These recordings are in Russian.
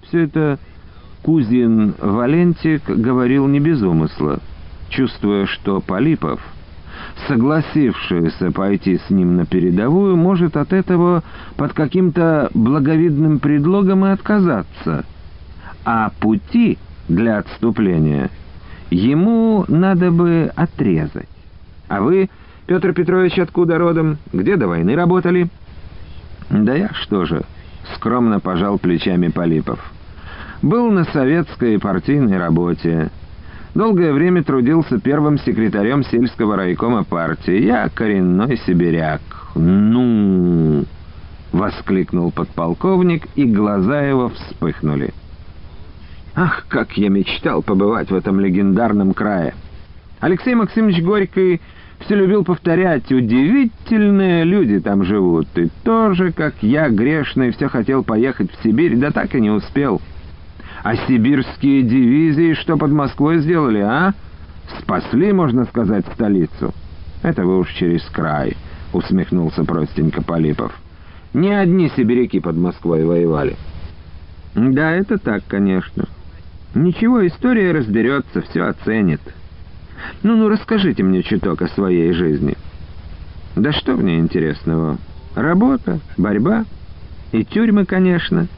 Все это кузин Валентик говорил не без умысла, чувствуя, что Полипов, согласившийся пойти с ним на передовую, может от этого под каким-то благовидным предлогом и отказаться, а пути для отступления ему надо бы отрезать. А вы, Петр Петрович, откуда родом? Где до войны работали? Да я что же, скромно пожал плечами Полипов. Был на советской и партийной работе. Долгое время трудился первым секретарем сельского райкома партии. Я коренной сибиряк. «Ну!» — воскликнул подполковник, и глаза его вспыхнули. «Ах, как я мечтал побывать в этом легендарном крае!» Алексей Максимович Горький все любил повторять: удивительные люди там живут. И тоже, как я, грешный, все хотел поехать в Сибирь, да так и не успел. А сибирские дивизии что под Москвой сделали, а? Спасли, можно сказать, столицу. Это вы уж через край, усмехнулся простенько Полипов. Не одни сибиряки под Москвой воевали. Да, это так, конечно. Ничего, история разберется, все оценит. Ну, расскажите мне чуток о своей жизни. Да что в ней интересного? Работа, борьба и тюрьмы, конечно.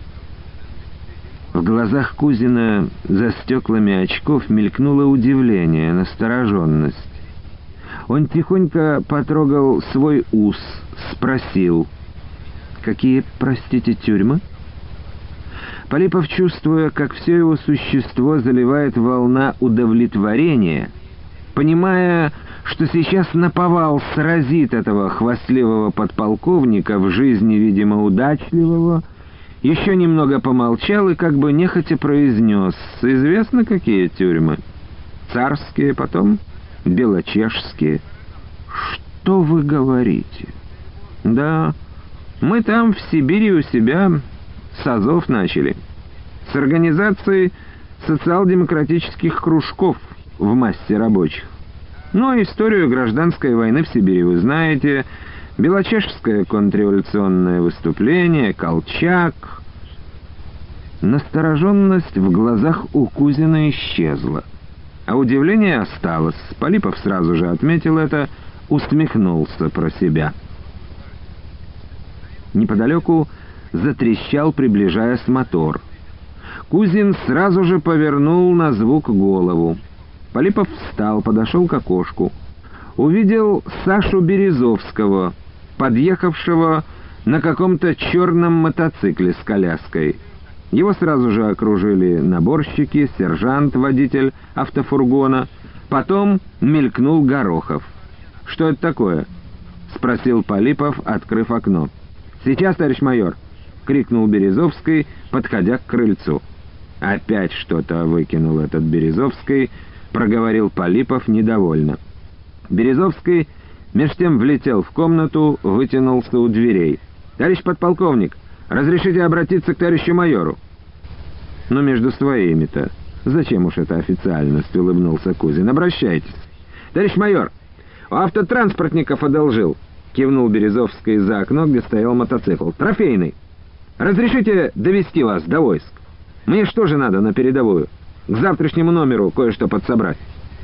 В глазах кузина за стеклами очков мелькнуло удивление, настороженность. Он тихонько потрогал свой ус, спросил: «Какие, простите, тюрьмы?» Полипов, чувствуя, как все его существо заливает волна удовлетворения, понимая, что сейчас наповал сразит этого хвастливого подполковника, в жизни, видимо, удачливого, еще немного помолчал и как бы нехотя произнес: «Известно, какие тюрьмы? Царские, потом белочешские». «Что вы говорите?» «Да, мы там, в Сибири, у себя с азов начали. С организации социал-демократических кружков в массе рабочих. Ну, историю гражданской войны в Сибири вы знаете. Белочешское контрреволюционное выступление, Колчак». Настороженность в глазах у кузина исчезла, а удивление осталось. Полипов сразу же отметил это, усмехнулся про себя. Неподалеку затрещал, приближаясь, мотор. Кузин сразу же повернул на звук голову. Полипов встал, подошел к окошку. Увидел Сашу Березовского, подъехавшего на каком-то черном мотоцикле с коляской. Его сразу же окружили наборщики, сержант, водитель автофургона. Потом мелькнул Горохов. «Что это такое?» — спросил Полипов, открыв окно. «Сейчас, товарищ майор!» — крикнул Березовский, подходя к крыльцу. «Опять что-то выкинул этот Березовский», — проговорил Полипов недовольно. Березовский меж тем влетел в комнату, вытянулся у дверей. «Товарищ подполковник, разрешите обратиться к товарищу майору?» «Ну, между своими-то. Зачем уж эта официальность?» — улыбнулся Кузин. «Обращайтесь». «Товарищ майор, у автотранспортников одолжил», — кивнул Березовский за окно, где стоял мотоцикл. «Трофейный. Разрешите довести вас до войск? Мне что же надо на передовую? К завтрашнему номеру кое-что подсобрать».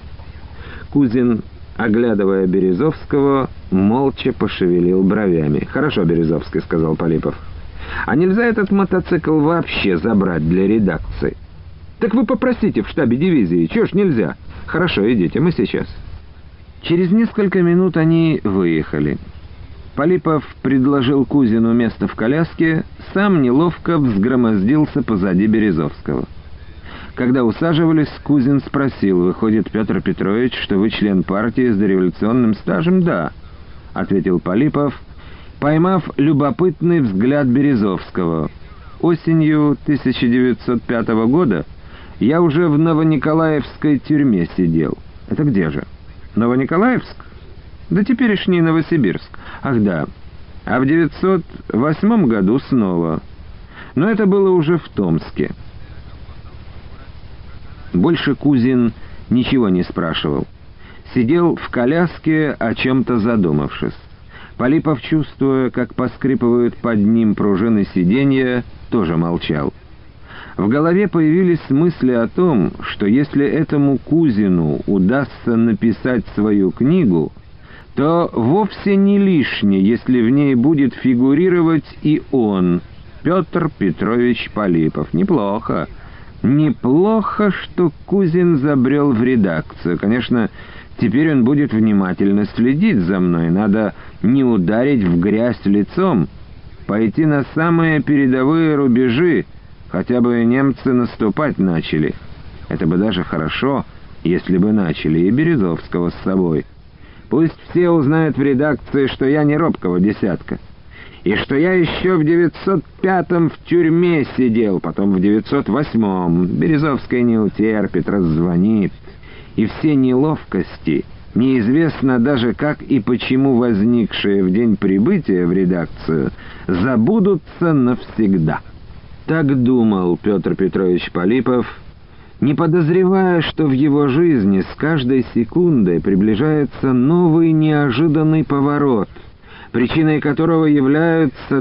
Кузин, оглядывая Березовского, молча пошевелил бровями. «Хорошо, Березовский», — сказал Полипов. «А нельзя этот мотоцикл вообще забрать для редакции?» «Так вы попросите в штабе дивизии. Чего ж нельзя?» «Хорошо, идите, мы сейчас». Через несколько минут они выехали. Полипов предложил Кузину место в коляске, сам неловко взгромоздился позади Березовского. Когда усаживались, Кузин спросил: «Выходит, Петр Петрович, что вы член партии с дореволюционным стажем?» «Да», — ответил Полипов, поймав любопытный взгляд Березовского. «Осенью 1905 года я уже в Новониколаевской тюрьме сидел». «Это где же?» «Новониколаевск? Да теперешний Новосибирск». «Ах да, а в 908 году снова. Но это было уже в Томске». Больше Кузин ничего не спрашивал. Сидел в коляске, о чем-то задумавшись. Полипов, чувствуя, как поскрипывают под ним пружины сиденья, тоже молчал. В голове появились мысли о том, что если этому Кузину удастся написать свою книгу, то вовсе не лишне, если в ней будет фигурировать и он, Петр Петрович Полипов. Неплохо. Неплохо, что Кузин забрел в редакцию. Конечно, теперь он будет внимательно следить за мной. Надо не ударить в грязь лицом, пойти на самые передовые рубежи, хотя бы немцы наступать начали. Это бы даже хорошо, если бы начали и Березовского с собой. Пусть все узнают в редакции, что я не робкого десятка, и что я еще в 905-м в тюрьме сидел, потом в 908-м. Березовский не утерпит, раззвонит. И все неловкости, неизвестно даже как и почему возникшие в день прибытия в редакцию, забудутся навсегда. Так думал Петр Петрович Полипов, не подозревая, что в его жизни с каждой секундой приближается новый неожиданный поворот, причиной которого являются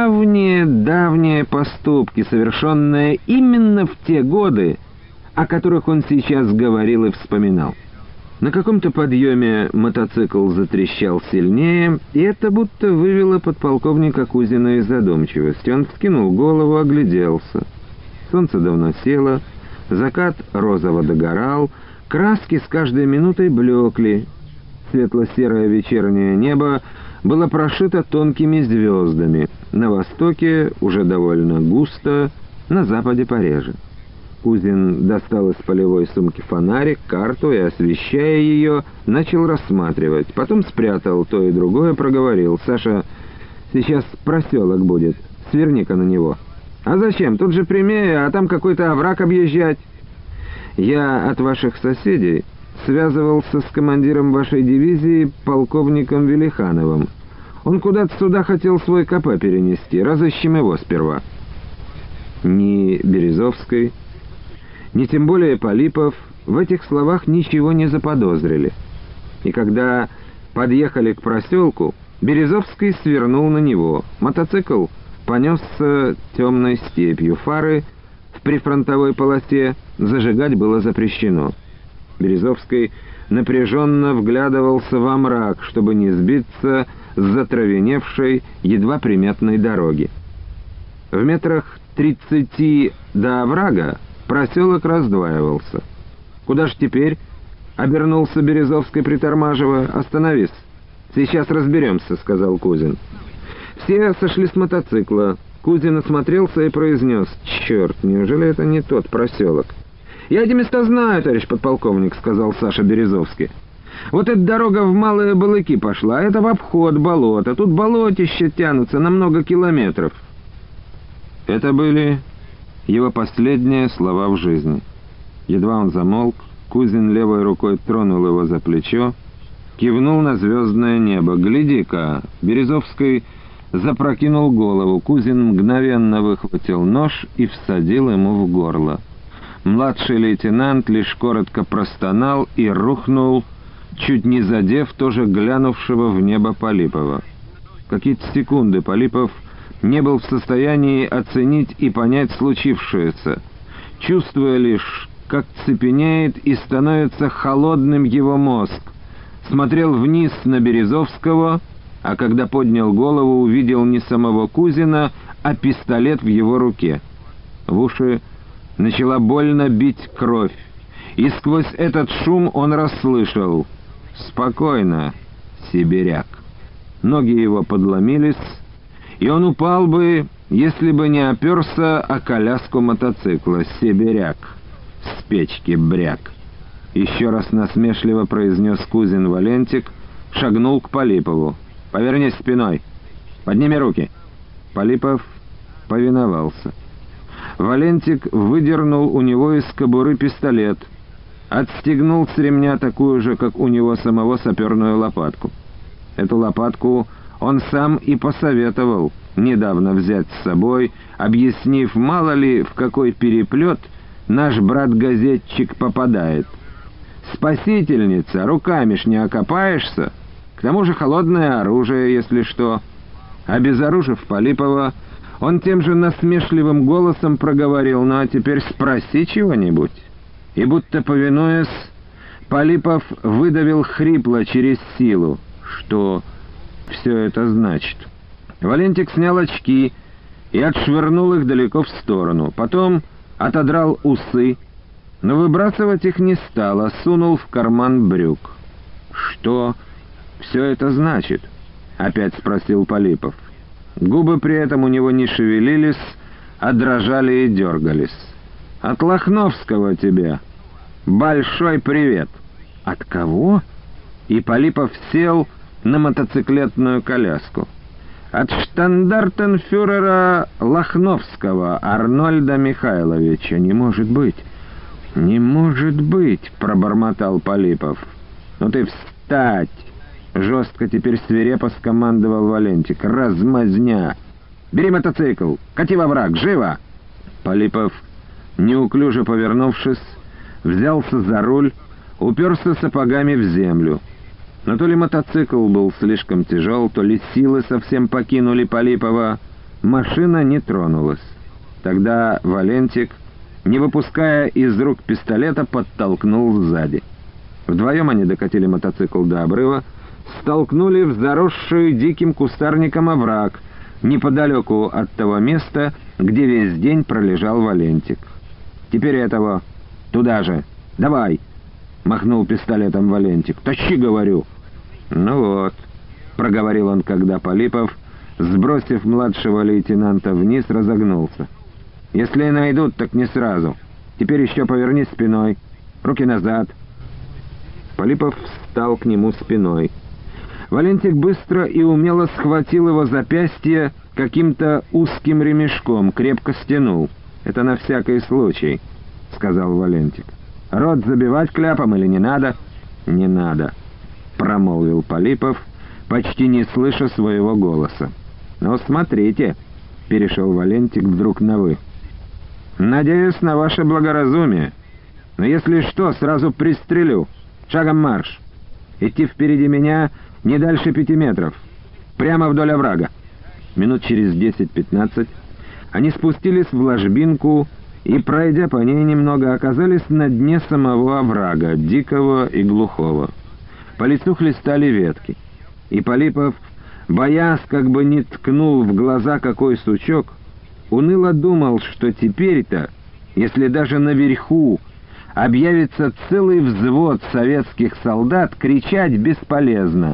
давние поступки, совершенные именно в те годы, о которых он сейчас говорил и вспоминал. На каком-то подъеме мотоцикл затрещал сильнее, и это будто вывело подполковника Кузина из задумчивости. Он вскинул голову, огляделся. Солнце давно село, закат розово догорал, краски с каждой минутой блекли. Светло-серое вечернее небо было прошито тонкими звездами. На востоке уже довольно густо, на западе пореже. Кузин достал из полевой сумки фонарик, карту и, освещая ее, начал рассматривать. Потом спрятал то и другое, проговорил: «Саша, сейчас проселок будет, сверни-ка на него». «А зачем? Тут же прямее, а там какой-то овраг объезжать». «Я от ваших соседей связывался с командиром вашей дивизии, полковником Велихановым. Он куда-то сюда хотел свой КП перенести. Разыщем его сперва». Ни Березовской, ни тем более Полипов в этих словах ничего не заподозрили. И когда подъехали к проселку, Березовский свернул на него. Мотоцикл понесся темной степью. Фары в прифронтовой полосе зажигать было запрещено. Березовский напряженно вглядывался во мрак, чтобы не сбиться с затравеневшей, едва приметной дороги. В метрах 30 до оврага проселок раздваивался. «Куда ж теперь?» — обернулся Березовский, притормаживая. «Остановись. Сейчас разберемся», — сказал Кузин. Все сошли с мотоцикла. Кузин осмотрелся и произнес: «Черт, неужели это не тот проселок?» «Я эти места знаю, товарищ подполковник», — сказал Саша Березовский. «Вот эта дорога в Малые Балыки пошла, а это в обход болота. Тут болотища тянутся на много километров». Это были его последние слова в жизни. Едва он замолк, Кузин левой рукой тронул его за плечо, кивнул на звездное небо. «Гляди-ка!» Березовский запрокинул голову. Кузин мгновенно выхватил нож и всадил ему в горло. Младший лейтенант лишь коротко простонал и рухнул, чуть не задев тоже глянувшего в небо Полипова. Какие-то секунды Полипов не был в состоянии оценить и понять случившееся, чувствуя лишь, как цепенеет и становится холодным его мозг. Смотрел вниз на Березовского, а когда поднял голову, увидел не самого Кузина, а пистолет в его руке. В уши начала больно бить кровь, и сквозь этот шум он расслышал: «Спокойно, сибиряк». Ноги его подломились, и он упал бы, если бы не оперся о коляску мотоцикла. «Сибиряк, с печки бряк», — еще раз насмешливо произнес Кузин Валентик, шагнул к Полипову. «Повернись спиной, подними руки». Полипов повиновался. Валентик выдернул у него из кобуры пистолет, отстегнул с ремня такую же, как у него самого, саперную лопатку. Эту лопатку он сам и посоветовал недавно взять с собой, объяснив, мало ли в какой переплет наш брат-газетчик попадает. «Спасительница, руками ж не окопаешься, к тому же холодное оружие, если что». Обезоружив Полипова, Он тем же насмешливым голосом проговорил: «Ну а теперь спроси чего-нибудь». И будто повинуясь, Полипов выдавил хрипло через силу: «Что все это значит?» Валентик снял очки и отшвырнул их далеко в сторону. Потом отодрал усы, но выбрасывать их не стал, а сунул в карман брюк. «Что все это значит?» — опять спросил Полипов. Губы при этом у него не шевелились, а дрожали и дергались. «От Лохновского тебе большой привет». «От кого?» И Полипов сел на мотоциклетную коляску. «От штандартенфюрера Лохновского Арнольда Михайловича». «Не может быть! Не может быть!» — пробормотал Полипов. «Ну ты встать!» — жестко, теперь свирепо скомандовал Валентик. «Размазня! Бери мотоцикл! Кати во враг! Живо!» Полипов, неуклюже повернувшись, взялся за руль, уперся сапогами в землю. Но то ли мотоцикл был слишком тяжел, то ли силы совсем покинули Полипова. Машина не тронулась. Тогда Валентик, не выпуская из рук пистолета, подтолкнул сзади. Вдвоем они докатили мотоцикл до обрыва, столкнули в заросшую диким кустарником овраг, неподалеку от того места, где весь день пролежал Валентик. «Теперь этого туда же! Давай!» — махнул пистолетом Валентик. «Тащи, говорю!» «Ну вот», — проговорил он, когда Полипов, сбросив младшего лейтенанта вниз, разогнулся. «Если и найдут, так не сразу. Теперь еще поверни спиной. Руки назад». Полипов встал к нему спиной. Валентик быстро и умело схватил его запястье каким-то узким ремешком, крепко стянул. «Это на всякий случай», — сказал Валентик. «Рот забивать кляпом или не надо?» «Не надо», — промолвил Полипов, почти не слыша своего голоса. «Ну, смотрите», — перешел Валентик вдруг на «вы». «Надеюсь на ваше благоразумие. Но если что, сразу пристрелю. Шагом марш. Идти впереди меня не дальше 5 метров. Прямо вдоль оврага». Минут через 10-15 они спустились в ложбинку и, пройдя по ней немного, оказались на дне самого оврага, дикого и глухого. По лицу хлестали ветки, и Полипов, боясь, как бы не ткнул в глаза какой сучок, уныло думал, что теперь-то, если даже наверху объявится целый взвод советских солдат, кричать бесполезно.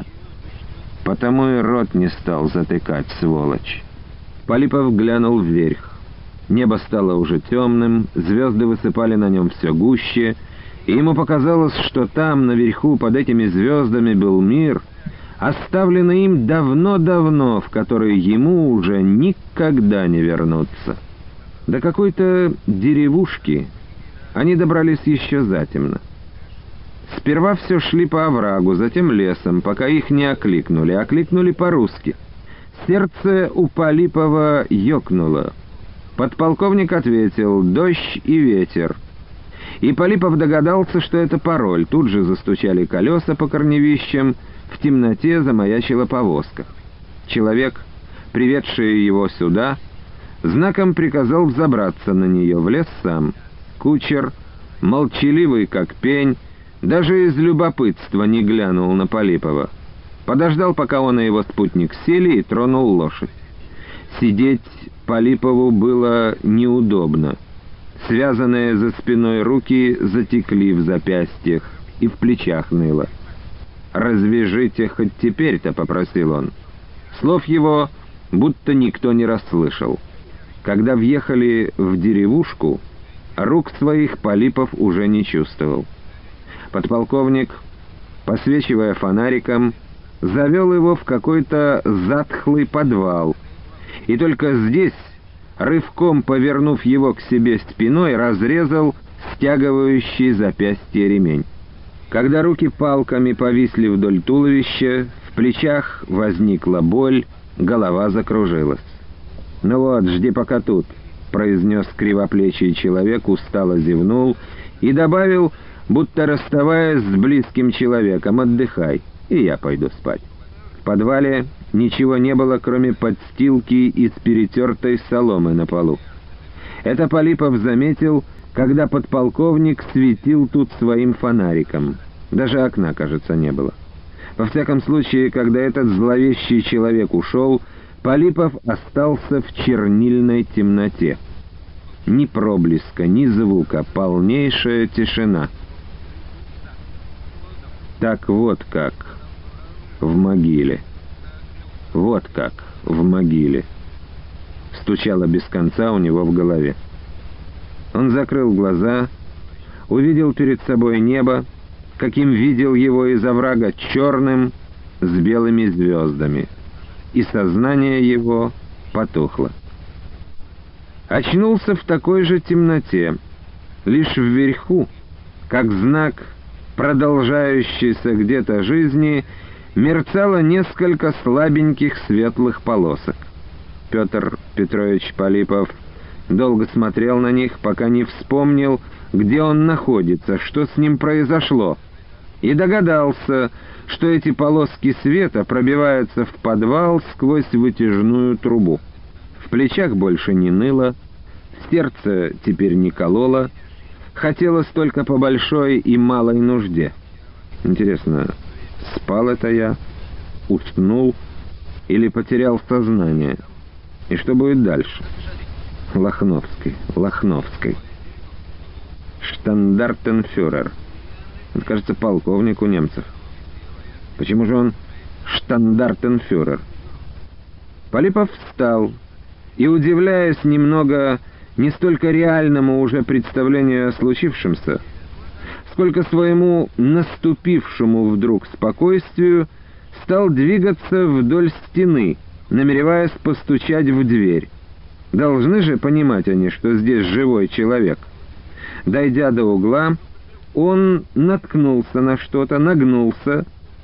Потому и рот не стал затыкать, сволочь. Полипов глянул вверх. Небо стало уже темным, звезды высыпали на нем все гуще, и ему показалось, что там, наверху, под этими звездами, был мир, оставленный им давно-давно, в который ему уже никогда не вернуться. До какой-то деревушки они добрались еще затемно. Сперва все шли по оврагу, затем лесом, пока их не окликнули. Окликнули по-русски. Сердце у Полипова ёкнуло. Подполковник ответил: «Дождь и ветер». И Полипов догадался, что это пароль. Тут же застучали колеса по корневищам, в темноте замаячила повозка. Человек, приведший его сюда, знаком приказал взобраться на нее, влез сам. Кучер, молчаливый как пень, даже из любопытства не глянул на Полипова. Подождал, пока он и его спутник сели, и тронул лошадь. Сидеть Полипову было неудобно. Связанные за спиной руки затекли в запястьях и в плечах ныло. «Развяжите хоть теперь-то», — попросил он. Слов его будто никто не расслышал. Когда въехали в деревушку, рук своих Полипов уже не чувствовал. Подполковник, посвечивая фонариком, завел его в какой-то затхлый подвал, и только здесь, рывком повернув его к себе спиной, разрезал стягивающий запястье ремень. Когда руки палками повисли вдоль туловища, в плечах возникла боль, голова закружилась. «Ну вот, жди пока тут», — произнес кривоплечий человек, устало зевнул и добавил, будто расставаясь с близким человеком: «Отдыхай, и я пойду спать». В подвале ничего не было, кроме подстилки из перетертой соломы на полу. Это Полипов заметил, когда подполковник светил тут своим фонариком. Даже окна, кажется, не было. Во всяком случае, когда этот зловещий человек ушел, Полипов остался в чернильной темноте. Ни проблеска, ни звука, полнейшая тишина. Так вот как в могиле. Вот как в могиле. Стучало без конца у него в голове. Он закрыл глаза, увидел перед собой небо, каким видел его из оврага, черным, с белыми звездами, и сознание его потухло. Очнулся в такой же темноте, лишь вверху, как знак продолжающейся где-то жизни, мерцало несколько слабеньких светлых полосок. Петр Петрович Полипов долго смотрел на них, пока не вспомнил, где он находится, что с ним произошло, и догадался, что эти полоски света пробиваются в подвал сквозь вытяжную трубу. В плечах больше не ныло, сердце теперь не кололо, хотелось только по большой и малой нужде. Интересно, спал это я, уснул или потерял сознание? И что будет дальше? Лохновской. Штандартенфюрер. Это, кажется, полковник у немцев. Почему же он штандартенфюрер? Полипов встал и, удивляясь немного не столько реальному уже представлению о случившемся, сколько своему наступившему вдруг спокойствию, стал двигаться вдоль стены, намереваясь постучать в дверь. Должны же понимать они, что здесь живой человек. Дойдя до угла, он наткнулся на что-то, нагнулся,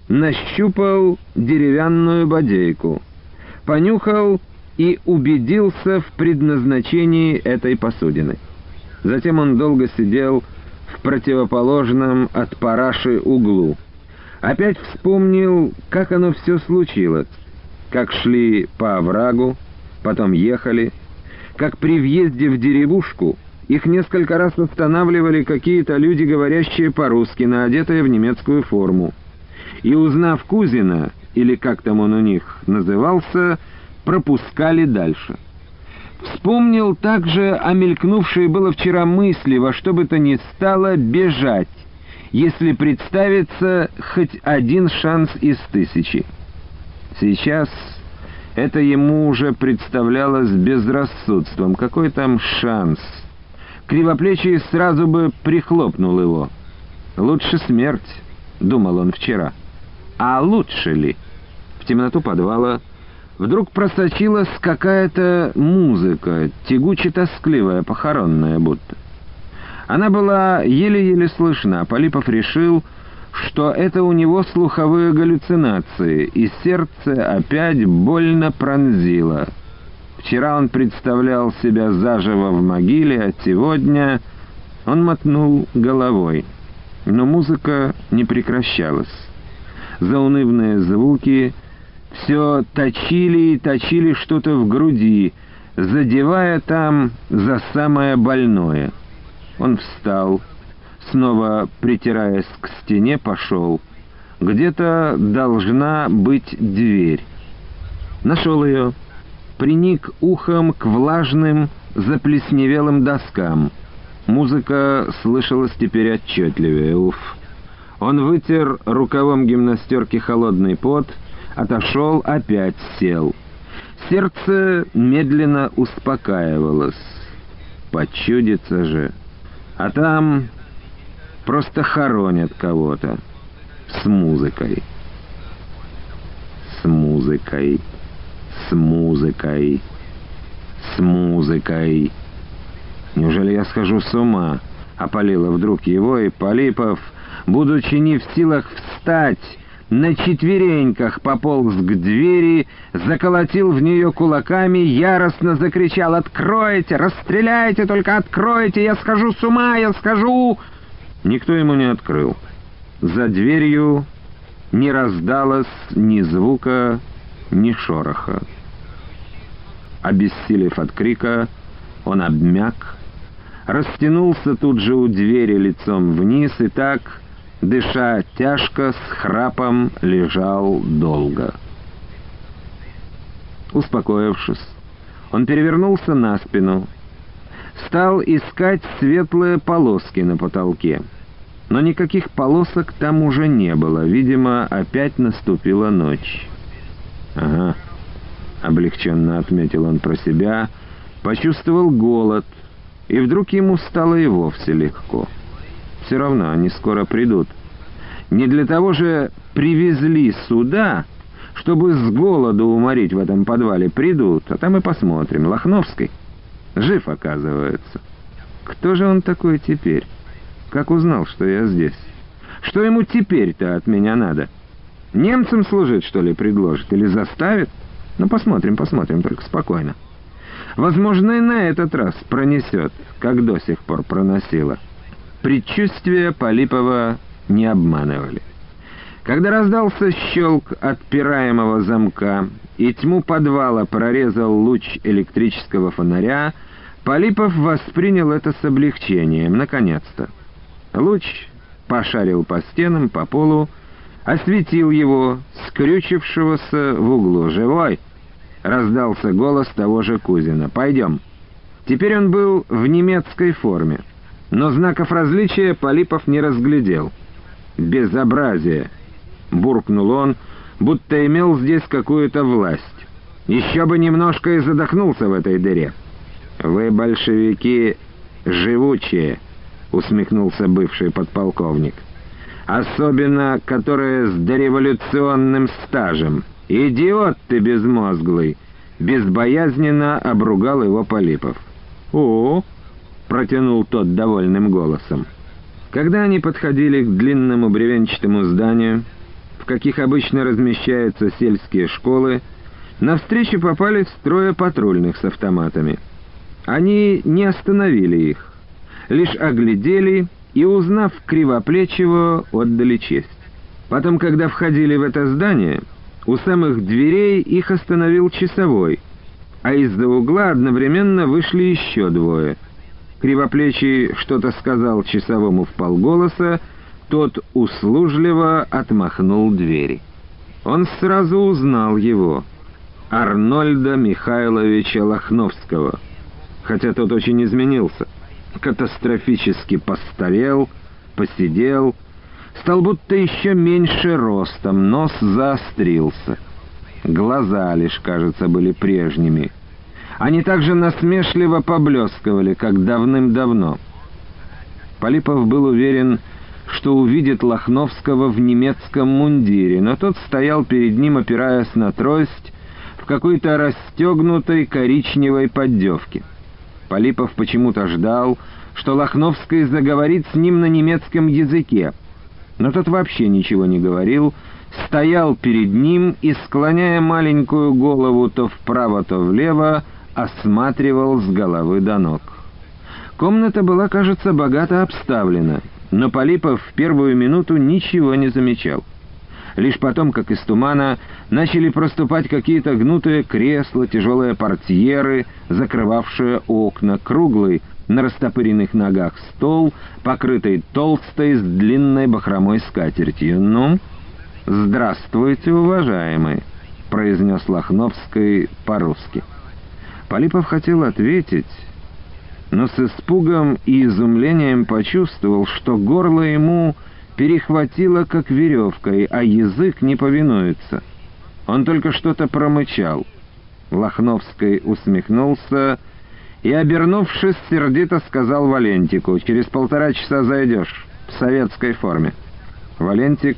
нащупал деревянную бодейку, понюхал и убедился в предназначении этой посудины. Затем он долго сидел в противоположном от параши углу. Опять вспомнил, как оно все случилось, как шли по оврагу, потом ехали, как при въезде в деревушку их несколько раз останавливали какие-то люди, говорящие по-русски, но одетые в немецкую форму. И, узнав Кузина, или как там он у них назывался, пропускали дальше. Вспомнил также о мелькнувшей было вчера мысли во что бы то ни стало бежать, если представится хоть один шанс из 1000. Сейчас это ему уже представлялось безрассудством. Какой там шанс? Кривоплечий сразу бы прихлопнул его. «Лучше смерть», — думал он вчера. А лучше ли? В темноту подвала вдруг просочилась какая-то музыка, тягуче-тоскливая, похоронная будто. Она была еле-еле слышна. Полипов решил, что это у него слуховые галлюцинации, и сердце опять больно пронзило. Вчера он представлял себя заживо в могиле, а сегодня он мотнул головой. Но музыка не прекращалась. Заунывные звуки все точили и точили что-то в груди, задевая там за самое больное. Он встал, снова притираясь к стене, пошел. Где-то должна быть дверь. Нашел ее, приник ухом к влажным, заплесневелым доскам. Музыка слышалась теперь отчетливее. Уф! Он вытер рукавом гимнастерки холодный пот, отошел, опять сел. Сердце медленно успокаивалось. Почудится же. А там просто хоронят кого-то. С музыкой. С музыкой. С музыкой. С музыкой. Неужели я схожу с ума? Опалило вдруг его, и Полипов, будучи не в силах встать, на четвереньках пополз к двери, заколотил в нее кулаками, яростно закричал: «Откройте! Расстреляйте! Только откройте! Я схожу с ума! Я схожу!» Никто ему не открыл. За дверью не раздалось ни звука, ни шороха. Обессилев от крика, он обмяк, растянулся тут же у двери лицом вниз и так, дыша тяжко, с храпом лежал долго. Успокоившись, он перевернулся на спину, стал искать светлые полоски на потолке. Но никаких полосок там уже не было. Видимо, опять наступила ночь. «Ага», — облегченно отметил он про себя, почувствовал голод, и вдруг ему стало и вовсе легко. Все равно они скоро придут. Не для того же привезли сюда, чтобы с голоду уморить в этом подвале. Придут, а там и посмотрим. Лохновский жив, оказывается. Кто же он такой теперь? Как узнал, что я здесь? Что ему теперь-то от меня надо? Немцам служить, что ли, предложит? Или заставит? Ну, посмотрим, только спокойно. Возможно, и на этот раз пронесет, как до сих пор проносило. Предчувствия Полипова не обманывали. Когда раздался щелк отпираемого замка и тьму подвала прорезал луч электрического фонаря, Полипов воспринял это с облегчением, наконец-то. Луч пошарил по стенам, по полу, осветил его, скрючившегося в углу. «Живой?» — раздался голос того же Кузина. «Пойдем». Теперь он был в немецкой форме, но знаков различия Полипов не разглядел. «Безобразие!» — буркнул он, будто имел здесь какую-то власть. «Еще бы немножко и задохнулся в этой дыре». «Вы, большевики, живучие», — усмехнулся бывший подполковник. «Особенно, которые с дореволюционным стажем. Идиот ты безмозглый!» — безбоязненно обругал его Полипов. «О!» — протянул тот довольным голосом. Когда они подходили к длинному бревенчатому зданию, в каких обычно размещаются сельские школы, навстречу попались трое патрульных с автоматами. Они не остановили их, лишь оглядели и, узнав Кривоплечего, отдали честь. Потом, когда входили в это здание, у самых дверей их остановил часовой, а из-за угла одновременно вышли еще двое. Кривоплечий что-то сказал часовому вполголоса, тот услужливо отмахнул двери. Он сразу узнал его, Арнольда Михайловича Лохновского, хотя тот очень изменился. Катастрофически постарел, поседел, стал будто еще меньше ростом, нос заострился. Глаза лишь, кажется, были прежними. Они также насмешливо поблескивали, как давным-давно. Полипов был уверен, что увидит Лохновского в немецком мундире, но тот стоял перед ним, опираясь на трость, в какой-то расстегнутой коричневой поддевке. Полипов почему-то ждал, что Лохновский заговорит с ним на немецком языке, но тот вообще ничего не говорил, стоял перед ним и, склоняя маленькую голову то вправо, то влево, осматривал с головы до ног. Комната была, кажется, богато обставлена, но Полипов в первую минуту ничего не замечал. Лишь потом, как из тумана, начали проступать какие-то гнутые кресла, тяжелые портьеры, закрывавшие окна, круглый, на растопыренных ногах стол, покрытый толстой с длинной бахромой скатертью. «Ну, здравствуйте, уважаемый», — произнес Лохновский по-русски. Полипов хотел ответить, но с испугом и изумлением почувствовал, что горло ему перехватило как веревкой, а язык не повинуется. Он только что-то промычал. Лохновский усмехнулся и, обернувшись, сердито сказал Валентику: «Через 1,5 часа зайдешь, в советской форме». Валентик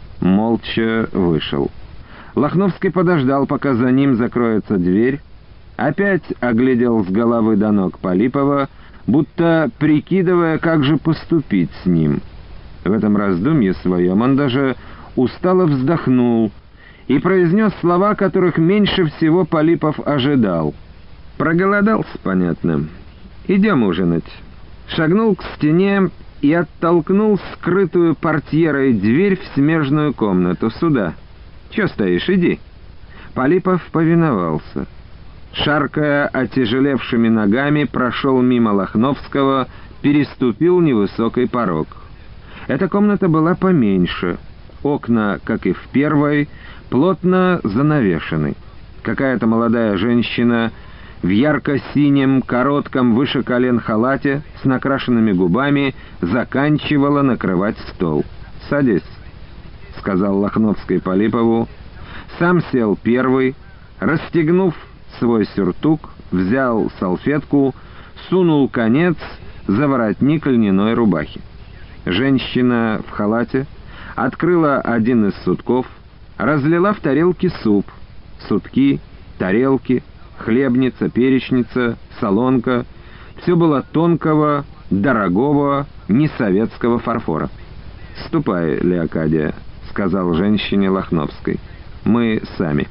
молча вышел. Лохновский подождал, пока за ним закроется дверь, опять оглядел с головы до ног Полипова, будто прикидывая, как же поступить с ним. В этом раздумье своем он даже устало вздохнул и произнес слова, которых меньше всего Полипов ожидал. Проголодался, понятно. «Идем ужинать». Шагнул к стене и оттолкнул скрытую портьерой дверь в смежную комнату. «Сюда. Че стоишь? Иди». Полипов повиновался. Шаркая отяжелевшими ногами, прошел мимо Лохновского, переступил невысокий порог. Эта комната была поменьше. Окна, как и в первой, плотно занавешены. Какая-то молодая женщина в ярко-синем, коротком, выше колен халате, с накрашенными губами, заканчивала накрывать стол. «Садись», — сказал Лохновский Полипову. Сам сел первый, расстегнув свой сюртук, взял салфетку, сунул конец за воротник льняной рубахи. Женщина в халате открыла один из сутков, разлила в тарелки суп. Сутки, тарелки, хлебница, перечница, солонка — все было тонкого, дорогого, несоветского фарфора. «Ступай, Леокадия», — сказал женщине Лохновской. «Мы сами».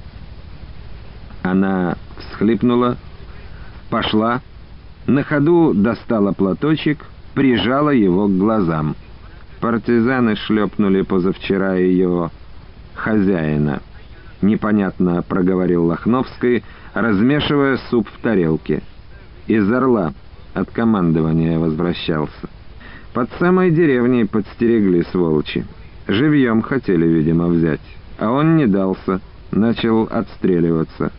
Она всхлипнула, пошла, на ходу достала платочек, прижала его к глазам. Партизаны шлепнули позавчера ее хозяина. Непонятно проговорил Лохновский, размешивая суп в тарелке. Из Орла от командования возвращался. Под самой деревней подстерегли сволочи. Живьем хотели, видимо, взять. А он не дался, начал отстреливаться.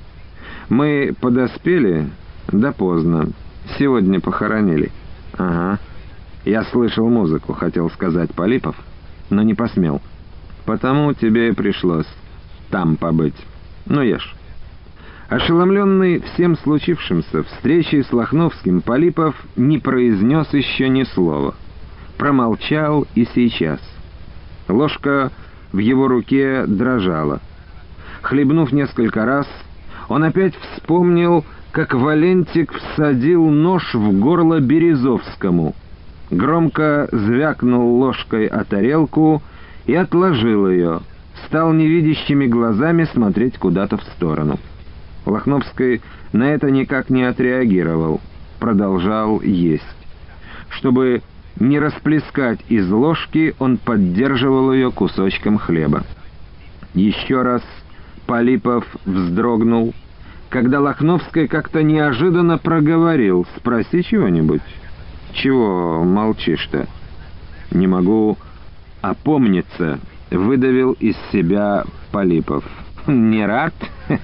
Мы подоспели, да поздно. Сегодня похоронили. Ага. Я слышал музыку, хотел сказать Полипов, но не посмел. Потому тебе и пришлось там побыть. Ну, ешь. Ошеломленный всем случившимся встречей с Лохновским, Полипов не произнес еще ни слова. Промолчал и сейчас. Ложка в его руке дрожала. Хлебнув несколько раз, он опять вспомнил, как Валентик всадил нож в горло Березовскому. Громко звякнул ложкой о тарелку и отложил ее. Стал невидящими глазами смотреть куда-то в сторону. Лохновский на это никак не отреагировал. Продолжал есть. Чтобы не расплескать из ложки, он поддерживал ее кусочком хлеба. Еще раз Полипов вздрогнул, когда Лохновский как-то неожиданно проговорил: «Спроси чего-нибудь». «Чего молчишь-то?» «Не могу опомниться», — выдавил из себя Полипов. «Не рад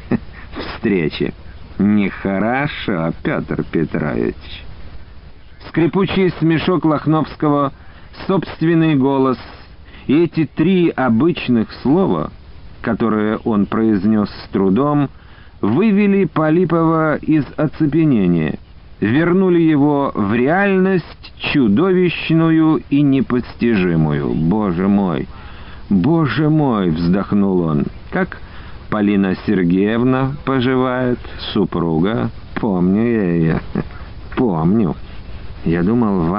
встрече?» «Нехорошо, Петр Петрович». Скрипучий смешок Лохновского, собственный голос и эти три обычных слова, которые он произнес с трудом, вывели Полипова из оцепенения, вернули его в реальность чудовищную и непостижимую. «Боже мой! Боже мой!» — вздохнул он. «Как Полина Сергеевна поживает, супруга? Помню я ее. Помню. Я думал,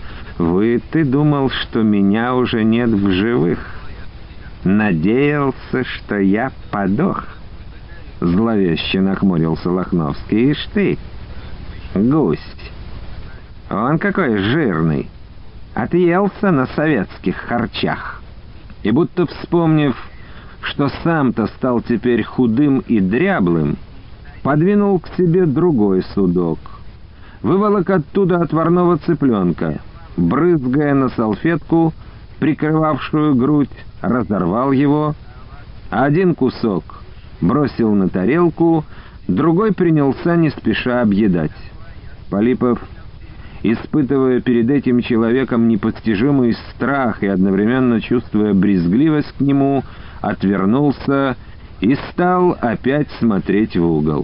ты думал, что меня уже нет в живых. Надеялся, что я подох». Зловеще нахмурился Лохновский. «Ишь ты, гусь! Он какой жирный! Отъелся на советских харчах!» И будто вспомнив, что сам-то стал теперь худым и дряблым, подвинул к себе другой судок, выволок оттуда отварного цыпленка, брызгая на салфетку, прикрывавшую грудь, разорвал его, один кусок бросил на тарелку, другой принялся не спеша объедать. Полипов, испытывая перед этим человеком непостижимый страх и одновременно чувствуя брезгливость к нему, отвернулся и стал опять смотреть в угол.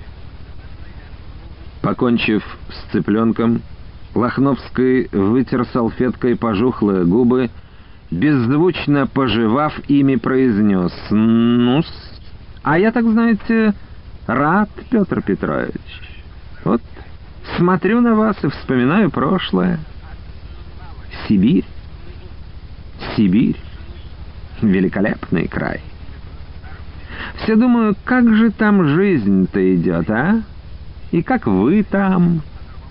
Покончив с цыпленком, Лохновский вытер салфеткой пожухлые губы, беззвучно пожевав ими, произнес: «Ну-с, а я, так знаете, рад, Петр Петрович. Вот смотрю на вас и вспоминаю прошлое. Сибирь, Сибирь, великолепный край. Все думаю, как же там жизнь-то идет, а? И как вы там?»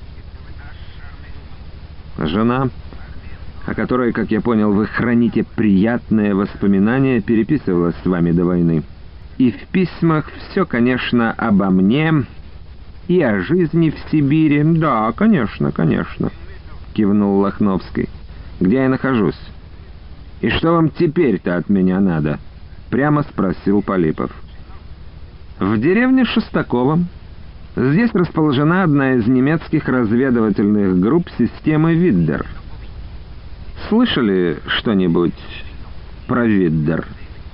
Жена, о которой, как я понял, вы храните приятные воспоминания, переписывалась с вами до войны. и в письмах все, конечно, обо мне и о жизни в Сибири. Да, конечно, конечно, кивнул Лохновский. Где я нахожусь? И что вам теперь-то от меня надо? Прямо спросил Полипов. В деревне Шестаково. Здесь расположена одна из немецких разведывательных групп системы Виддер. Слышали что-нибудь про Виддер?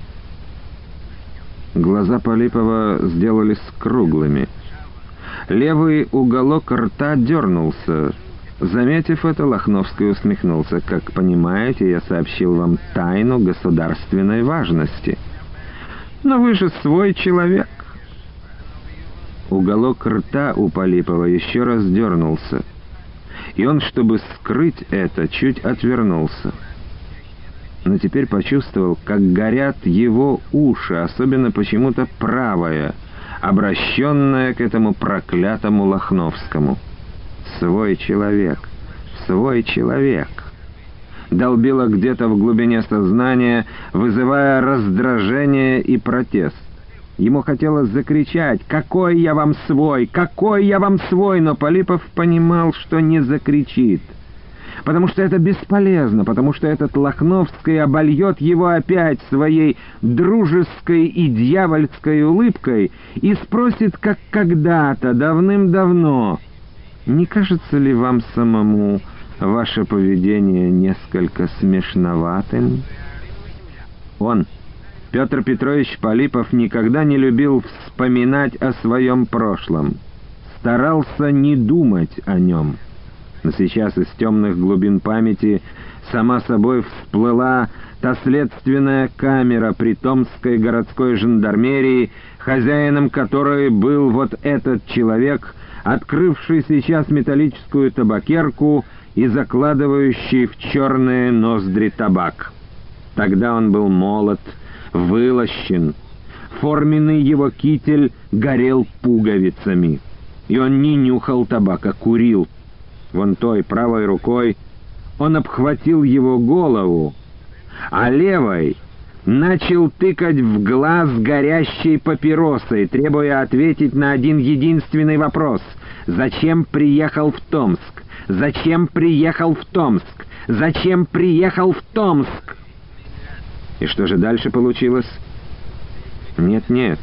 Глаза Полипова сделались круглыми. Левый уголок рта дернулся. Заметив это, Лохновский усмехнулся. «Как понимаете, я сообщил вам тайну государственной важности. Но вы же свой человек». Уголок рта у Полипова еще раз дернулся, и он, чтобы скрыть это, чуть отвернулся. Но теперь почувствовал, как горят его уши, особенно почему-то правая, обращенная к этому проклятому Лохновскому. «Свой человек, свой человек!» Долбило где-то в глубине сознания, вызывая раздражение и протест. Ему хотелось закричать: «Какой я вам свой! Какой я вам свой!» Но Полипов понимал, что не закричит. Потому что это бесполезно, потому что этот Лохновский обольет его опять своей дружеской и дьявольской улыбкой и спросит, как когда-то, давным-давно: «Не кажется ли вам самому ваше поведение несколько смешноватым?» Он, Петр Петрович Полипов, никогда не любил вспоминать о своем прошлом, старался не думать о нем. Но сейчас из темных глубин памяти сама собой всплыла та следственная камера при Томской городской жандармерии, хозяином которой был вот этот человек, открывший сейчас металлическую табакерку и закладывающий в черные ноздри табак. Тогда он был молод, вылощен, форменный его китель горел пуговицами, и он не нюхал табак, а курил. Вон той правой рукой он обхватил его голову, а левой начал тыкать в глаз горящей папиросой, требуя ответить на один единственный вопрос: «Зачем приехал в Томск? Зачем приехал в Томск? Зачем приехал в Томск?» И что же дальше получилось? Нет.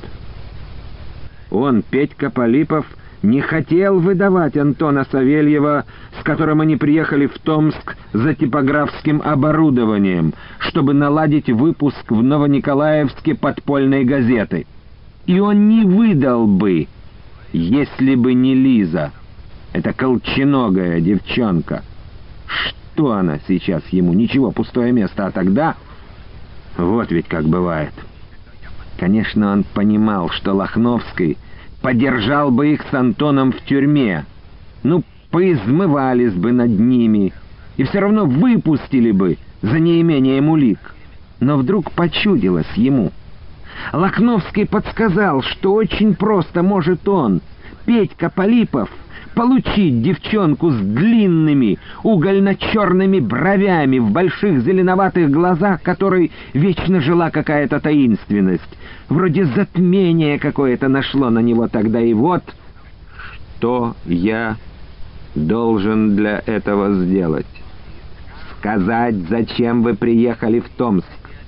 Он, Петька Полипов, не хотел выдавать Антона Савельева, с которым они приехали в Томск за типографским оборудованием, чтобы наладить выпуск в Новониколаевске подпольной газеты. И он не выдал бы, если бы не Лиза, эта колченогая девчонка. Что она сейчас ему? Ничего, пустое место. А тогда... Вот ведь как бывает. Конечно, он понимал, что Лохновский подержал бы их с Антоном в тюрьме. Ну, поизмывались бы над ними и все равно выпустили бы за неимением улик. Но вдруг почудилось ему. Лохновский подсказал, что очень просто может он, Петька Полипов, получить девчонку с длинными угольно-черными бровями, в больших зеленоватых глазах, которой вечно жила какая-то таинственность. Вроде затмение какое-то нашло на него тогда. И вот, что я должен для этого сделать? Сказать, зачем вы приехали в Томск.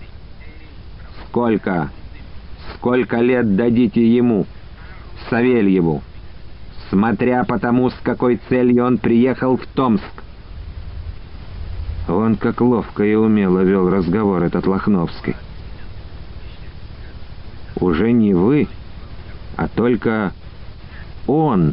Сколько лет дадите ему, Савельеву, смотря по тому, с какой целью он приехал в Томск. Он как ловко и умело вел разговор этот Лохновский. Уже не вы, а только он.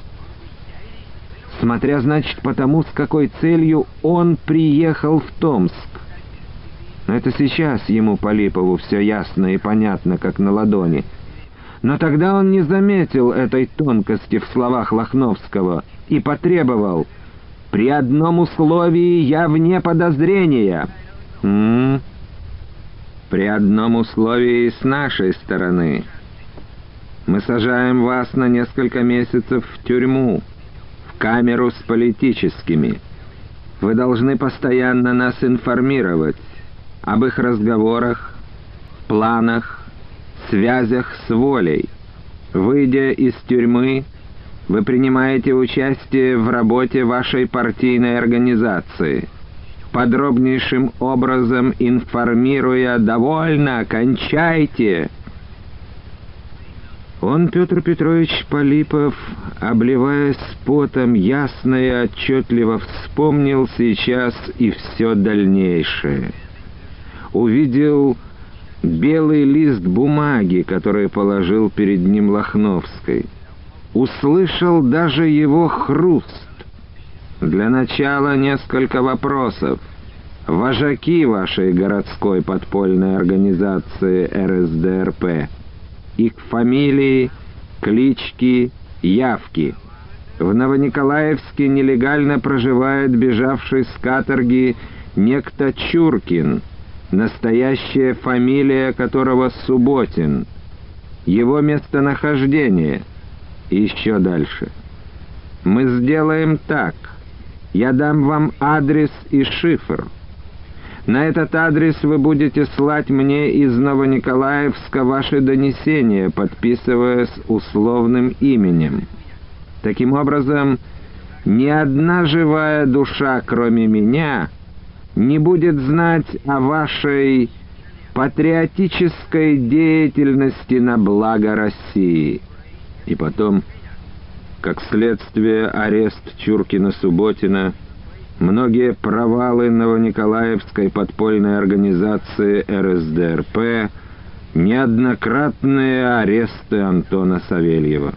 Смотря, значит, по тому, с какой целью он приехал в Томск. Но это сейчас ему, Полипову, все ясно и понятно, как на ладони. Но тогда он не заметил этой тонкости в словах Лохновского и потребовал: «При одном условии я вне подозрения». «При одном условии с нашей стороны. Мы сажаем вас на несколько месяцев в тюрьму, в камеру с политическими. Вы должны постоянно нас информировать об их разговорах, планах, связях с волей. Выйдя из тюрьмы, вы принимаете участие в работе вашей партийной организации, подробнейшим образом информируя «Довольно! Кончайте!». Он, Петр Петрович Полипов, обливаясь потом, ясно и отчетливо вспомнил сейчас и все дальнейшее. Увидел белый лист бумаги, который положил перед ним Лохновской. Услышал даже его хруст. Для начала несколько вопросов. Вожаки вашей городской подпольной организации РСДРП. Их фамилии, клички, явки. В Новониколаевске нелегально проживает бежавший с каторги некто Чуркин, настоящая фамилия которого Субботин. Его местонахождение. И еще дальше. Мы сделаем так. Я дам вам адрес и шифр. На этот адрес вы будете слать мне из Новониколаевска ваши донесения, подписываясь условным именем. Таким образом, ни одна живая душа, кроме меня, не будет знать о вашей патриотической деятельности на благо России. И потом, как следствие, арест Чуркина-Субботина, многие провалы Новониколаевской подпольной организации РСДРП, неоднократные аресты Антона Савельева.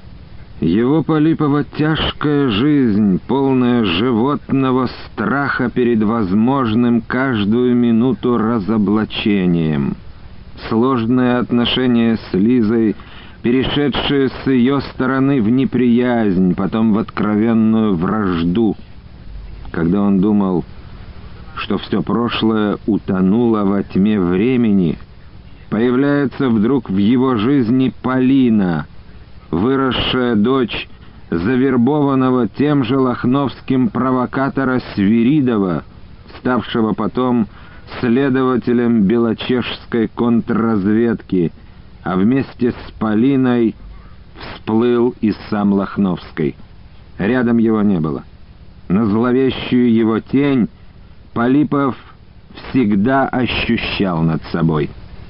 Его Полипова тяжкая жизнь, полная животного страха перед возможным каждую минуту разоблачением. Сложные отношения с Лизой, перешедшие с ее стороны в неприязнь, потом в откровенную вражду. Когда он думал, что все прошлое утонуло во тьме времени, появляется вдруг в его жизни Полина, выросшая дочь завербованного тем же лохновским провокатора Свиридова, ставшего потом следователем белочешской контрразведки, а вместе с Полиной всплыл и сам Лохновский. Рядом его не было. Но зловещую его тень Полипов всегда ощущал над собой.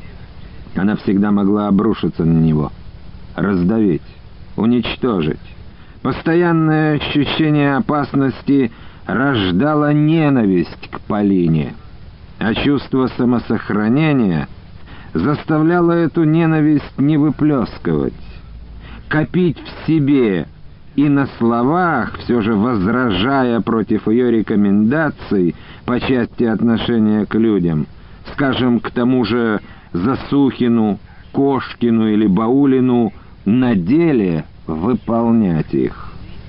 Она всегда могла обрушиться на него, раздавить, уничтожить. Постоянное ощущение опасности рождало ненависть к Полине, а чувство самосохранения заставляло эту ненависть не выплескивать, копить в себе и на словах, все же возражая против ее рекомендаций по части отношения к людям, скажем, к тому же Засухину, Кошкину или Баулину, на деле выполнять их.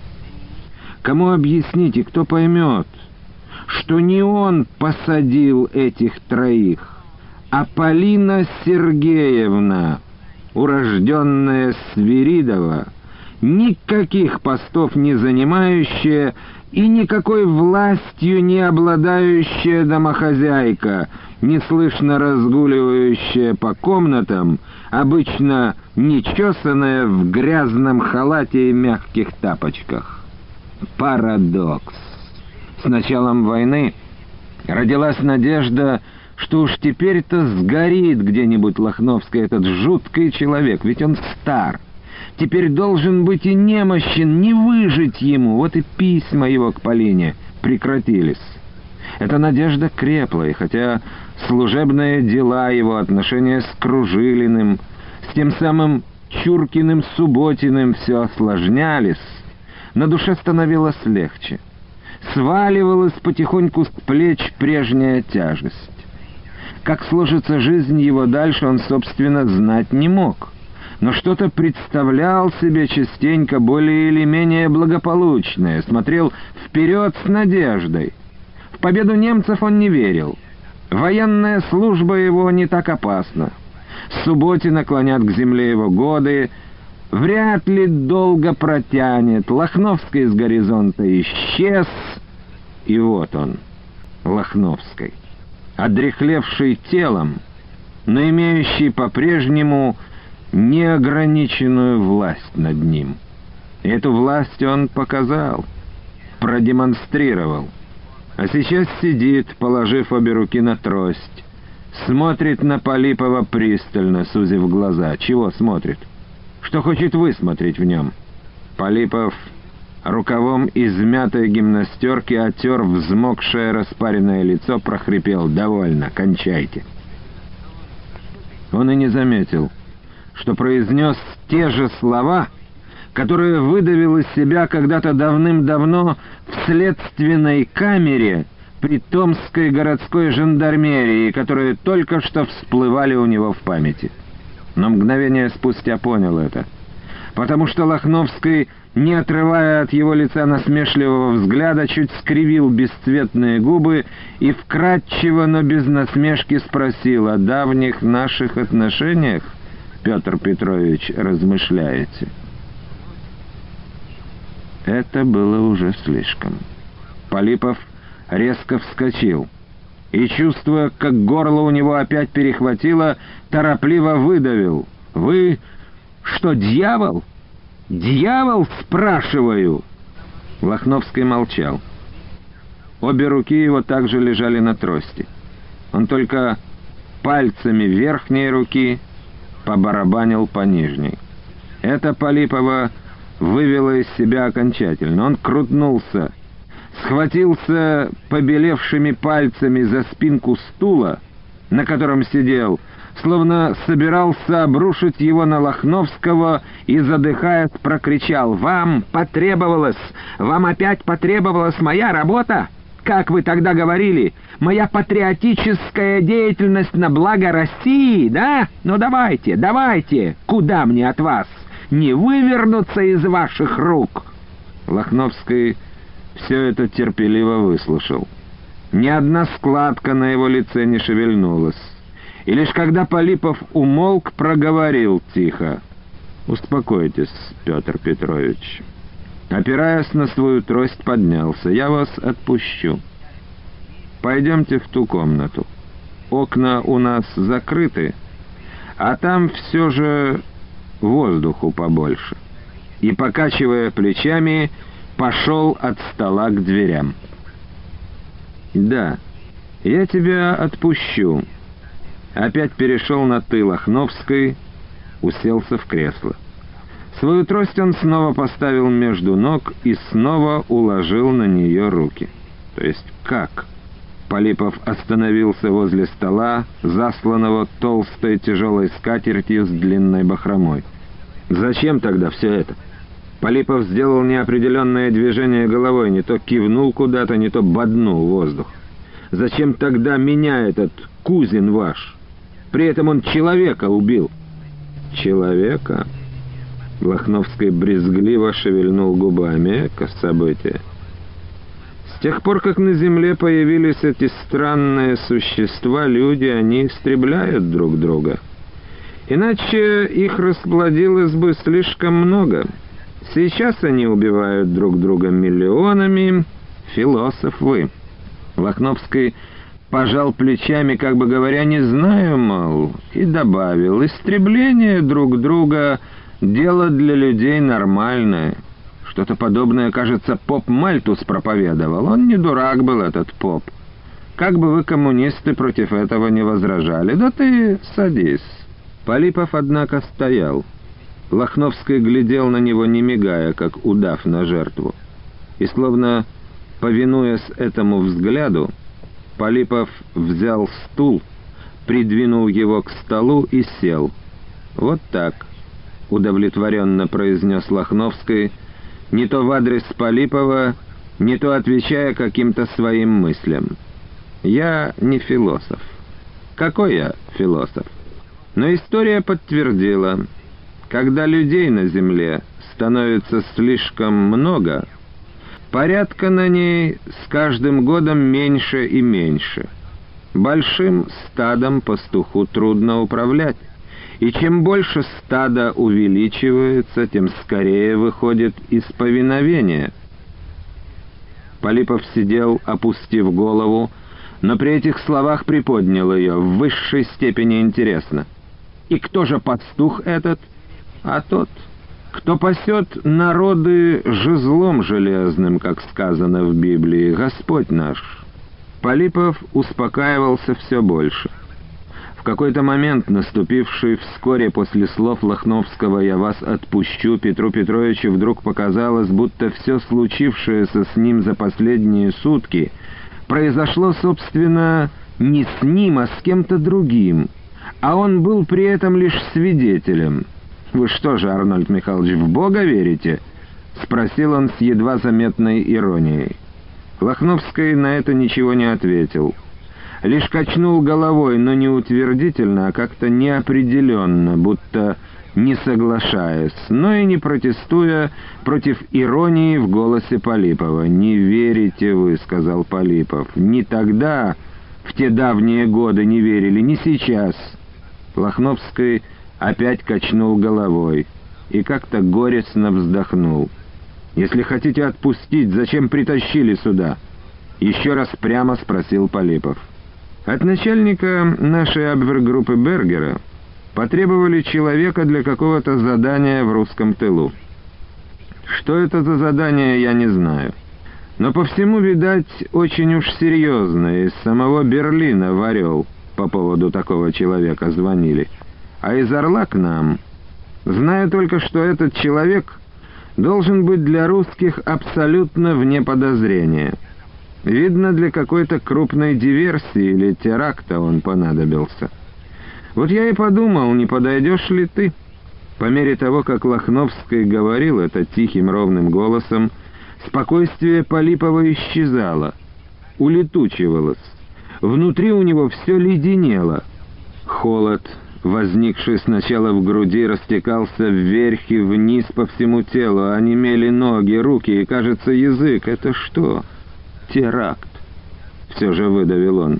Кому объяснить и кто поймет, что не он посадил этих троих, а Полина Сергеевна, урожденная Свиридова, никаких постов не занимающая и никакой властью не обладающая домохозяйка, неслышно разгуливающая по комнатам, обычно нечесанная в грязном халате и мягких тапочках. Парадокс. С началом войны родилась надежда, что уж теперь-то сгорит где-нибудь Лохновский, этот жуткий человек, ведь он стар. Теперь должен быть и немощен, не выжить ему. Вот и письма его к Полине прекратились. Эта надежда крепла, и хотя служебные дела его, отношения с Кружилиным, с тем самым Чуркиным Субботиным все осложнялись, на душе становилось легче. Сваливалась потихоньку с плеч прежняя тяжесть. Как сложится жизнь его дальше, он, собственно, знать не мог. Но что-то представлял себе частенько более или менее благополучное, смотрел вперед с надеждой. В победу немцев он не верил. Военная служба его не так опасна. Субботина клонят к земле его годы. Вряд ли долго протянет. Лохновский с горизонта исчез. И вот он, Лохновский, одряхлевший телом, но имеющий по-прежнему неограниченную власть над ним. И эту власть он показал, продемонстрировал. А сейчас сидит, положив обе руки на трость, смотрит на Полипова пристально, сузив глаза. Чего смотрит? Что хочет высмотреть в нем? Полипов рукавом измятой гимнастерки отер взмокшее распаренное лицо, прохрипел: «Довольно, кончайте». Он и не заметил, что произнес те же слова, которые выдавил из себя когда-то давным-давно в следственной камере при Томской городской жандармерии, которые только что всплывали у него в памяти. Но мгновение спустя понял это, потому что Лохновский, не отрывая от его лица насмешливого взгляда, чуть скривил бесцветные губы и вкратчиво, но без насмешки спросил: «О давних наших отношениях, Петр Петрович, размышляете?» Это было уже слишком. Полипов резко вскочил и, чувствуя, как горло у него опять перехватило, торопливо выдавил: «Вы что, дьявол? Дьявол, спрашиваю!» Лохновский молчал. Обе руки его также лежали на трости. Он только пальцами верхней руки побарабанил по нижней. Это Полипова вывело из себя окончательно. Он крутнулся, схватился побелевшими пальцами за спинку стула, на котором сидел, словно собирался обрушить его на Лохновского, и, задыхаясь, прокричал: «Вам опять потребовалась моя работа? Как вы тогда говорили, моя патриотическая деятельность на благо России, да? Ну давайте, куда мне от вас? Не вывернуться из ваших рук!» Лохновский все это терпеливо выслушал. Ни одна складка на его лице не шевельнулась. И лишь когда Полипов умолк, проговорил тихо: «Успокойтесь, Петр Петрович». Опираясь на свою трость, поднялся: «Я вас отпущу. Пойдемте в ту комнату. Окна у нас закрыты, а там все же воздуху побольше». И, покачивая плечами, пошел от стола к дверям. «Да, я тебя отпущу». Опять перешел на «ты» Лохновской, уселся в кресло. Свою трость он снова поставил между ног и снова уложил на нее руки. То есть как? Полипов остановился возле стола, засланного толстой тяжелой скатертью с длинной бахромой. Зачем тогда все это? Полипов сделал неопределенное движение головой, не то кивнул куда-то, не то боднул воздух. Зачем тогда меня этот Кузин ваш? При этом он человека убил. Человека? Лохновский брезгливо шевельнул губами. Эко событие. С тех пор, как на земле появились эти странные существа, люди, они истребляют друг друга. Иначе их расплодилось бы слишком много. Сейчас они убивают друг друга миллионами. Философ вы. Лохновский пожал плечами, как бы говоря: «Не знаю, мол», и добавил: «Истребление друг друга — дело для людей нормальное». Что-то подобное, кажется, поп Мальтус проповедовал. Он не дурак был, этот поп. Как бы вы, коммунисты, против этого не возражали. Да ты садись. Полипов, однако, стоял. Лохновский глядел на него, не мигая, как удав на жертву. И, словно повинуясь этому взгляду, Полипов взял стул, придвинул его к столу и сел. «Вот так», — удовлетворенно произнес Лохновский, не то в адрес Полипова, не то отвечая каким-то своим мыслям. «Я не философ». «Какой я философ?» Но история подтвердила: когда людей на земле становится слишком много, порядка на ней с каждым годом меньше и меньше. Большим стадом пастуху трудно управлять, и чем больше стадо увеличивается, тем скорее выходит из повиновения. Полипов сидел, опустив голову, но при этих словах приподнял ее, в высшей степени интересно. «И кто же пастух этот?» «А тот, кто пасет народы жезлом железным, как сказано в Библии, Господь наш». Полипов успокаивался все больше. В какой-то момент, наступивший вскоре после слов Лохновского «я вас отпущу», Петру Петровичу вдруг показалось, будто все случившееся с ним за последние сутки произошло, собственно, не с ним, а с кем-то другим, а он был при этом лишь свидетелем. «Вы что же, Арнольд Михайлович, в Бога верите?» — спросил он с едва заметной иронией. Лохновский на это ничего не ответил. Лишь качнул головой, но не утвердительно, а как-то неопределенно, будто не соглашаясь, но и не протестуя против иронии в голосе Полипова. «Не верите вы», — сказал Полипов. «Ни тогда, в те давние годы, не верили, ни сейчас». Лохновский опять качнул головой и как-то горестно вздохнул. «Если хотите отпустить, зачем притащили сюда?» — еще раз прямо спросил Полипов. От начальника нашей абвергруппы Бергера потребовали человека для какого-то задания в русском тылу. Что это за задание, я не знаю. Но по всему, видать, очень уж серьезно. Из самого Берлина в Орел по поводу такого человека звонили. А из Орла к нам. Знаю только, что этот человек должен быть для русских абсолютно вне подозрения. Видно, для какой-то крупной диверсии или теракта он понадобился. Вот я и подумал, не подойдешь ли ты? По мере того, как Лохновский говорил это тихим ровным голосом, спокойствие Полипова исчезало, улетучивалось. Внутри у него все леденело. Холод, возникший сначала в груди, растекался вверх и вниз по всему телу, онемели ноги, руки и, кажется, язык. Это что? Теракт, все же выдавил он.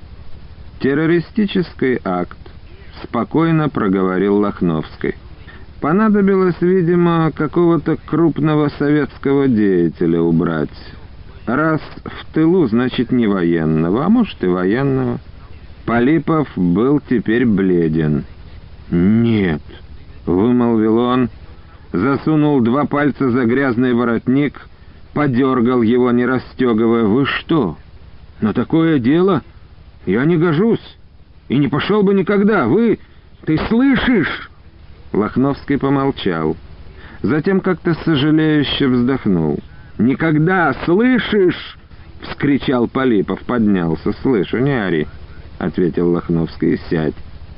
Террористический акт, спокойно проговорил Лохновский. Понадобилось, видимо, какого-то крупного советского деятеля убрать. Раз в тылу, значит, не военного, а может и военного. Полипов был теперь бледен. «Нет», — вымолвил он, засунул 2 пальца за грязный воротник, подергал его, не расстегивая. «Вы что? На такое дело? Я не гожусь. И не пошел бы никогда. Ты слышишь?» Лохновский помолчал. Затем как-то сожалеюще вздохнул. «Никогда, слышишь?» — вскричал Полипов, поднялся. «Слышу, не ори», — ответил Лохновский. «Сядь».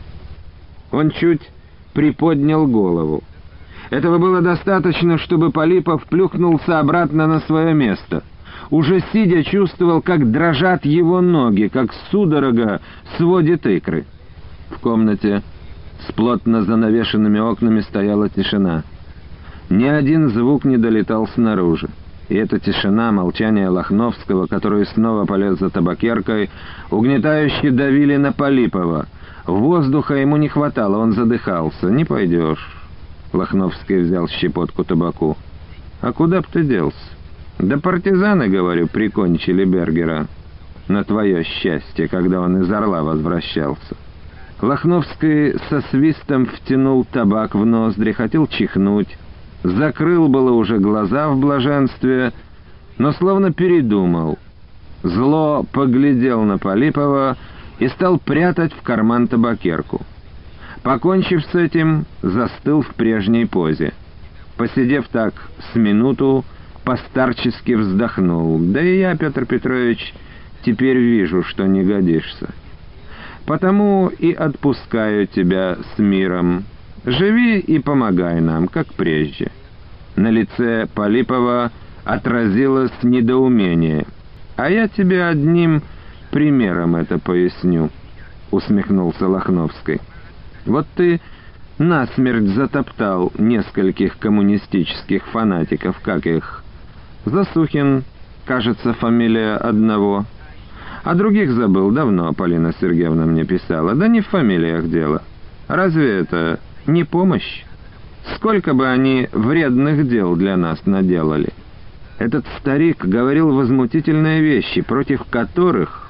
Он чуть приподнял голову. Этого было достаточно, чтобы Полипов плюхнулся обратно на свое место. Уже сидя, чувствовал, как дрожат его ноги, как судорога сводит икры. В комнате с плотно занавешенными окнами стояла тишина. Ни один звук не долетал снаружи. И эта тишина, молчание Лохновского, который снова полез за табакеркой, угнетающе давили на Полипова. Воздуха ему не хватало, он задыхался. «Не пойдешь». Лохновский взял щепотку табаку. «А куда б ты делся?» «Да партизаны, говорю, прикончили Бергера. На твое счастье, когда он из Орла возвращался». Лохновский со свистом втянул табак в ноздри, хотел чихнуть. Закрыл было уже глаза в блаженстве, но словно передумал. Зло поглядел на Полипова и стал прятать в карман табакерку. Покончив с этим, застыл в прежней позе. Посидев так с минуту, постарчески вздохнул. «Да и я, Петр Петрович, теперь вижу, что не годишься. Потому и отпускаю тебя с миром. Живи и помогай нам, как прежде». На лице Полипова отразилось недоумение. «А я тебе одним примером это поясню», — усмехнулся Лохновский. «Вот ты насмерть затоптал нескольких коммунистических фанатиков, как их? Засухин, кажется, фамилия одного. А других забыл давно, Полина Сергеевна мне писала. Да не в фамилиях дело. Разве это не помощь? Сколько бы они вредных дел для нас наделали. Этот старик говорил возмутительные вещи, против которых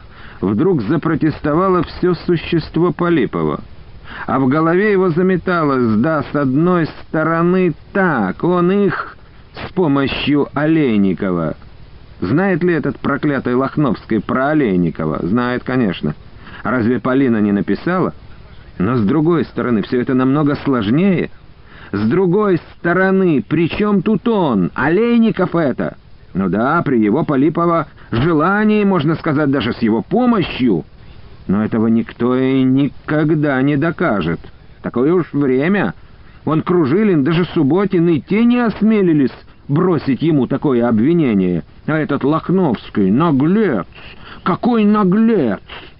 вдруг запротестовало все существо Полипова, а в голове его заметалось: да, с одной стороны так, он их с помощью Олейникова. Знает ли этот проклятый Лохновский про Олейникова? Знает, конечно. А разве Полина не написала? Но с другой стороны, все это намного сложнее. С другой стороны, при чем тут он? Олейников это? Ну да, при его Полипова желании, можно сказать, даже с его помощью. Но этого никто и никогда не докажет. Такое уж время. Вон Кружилин, даже Субботин и те не осмелились бросить ему такое обвинение. А этот Лохновский — наглец! Какой наглец!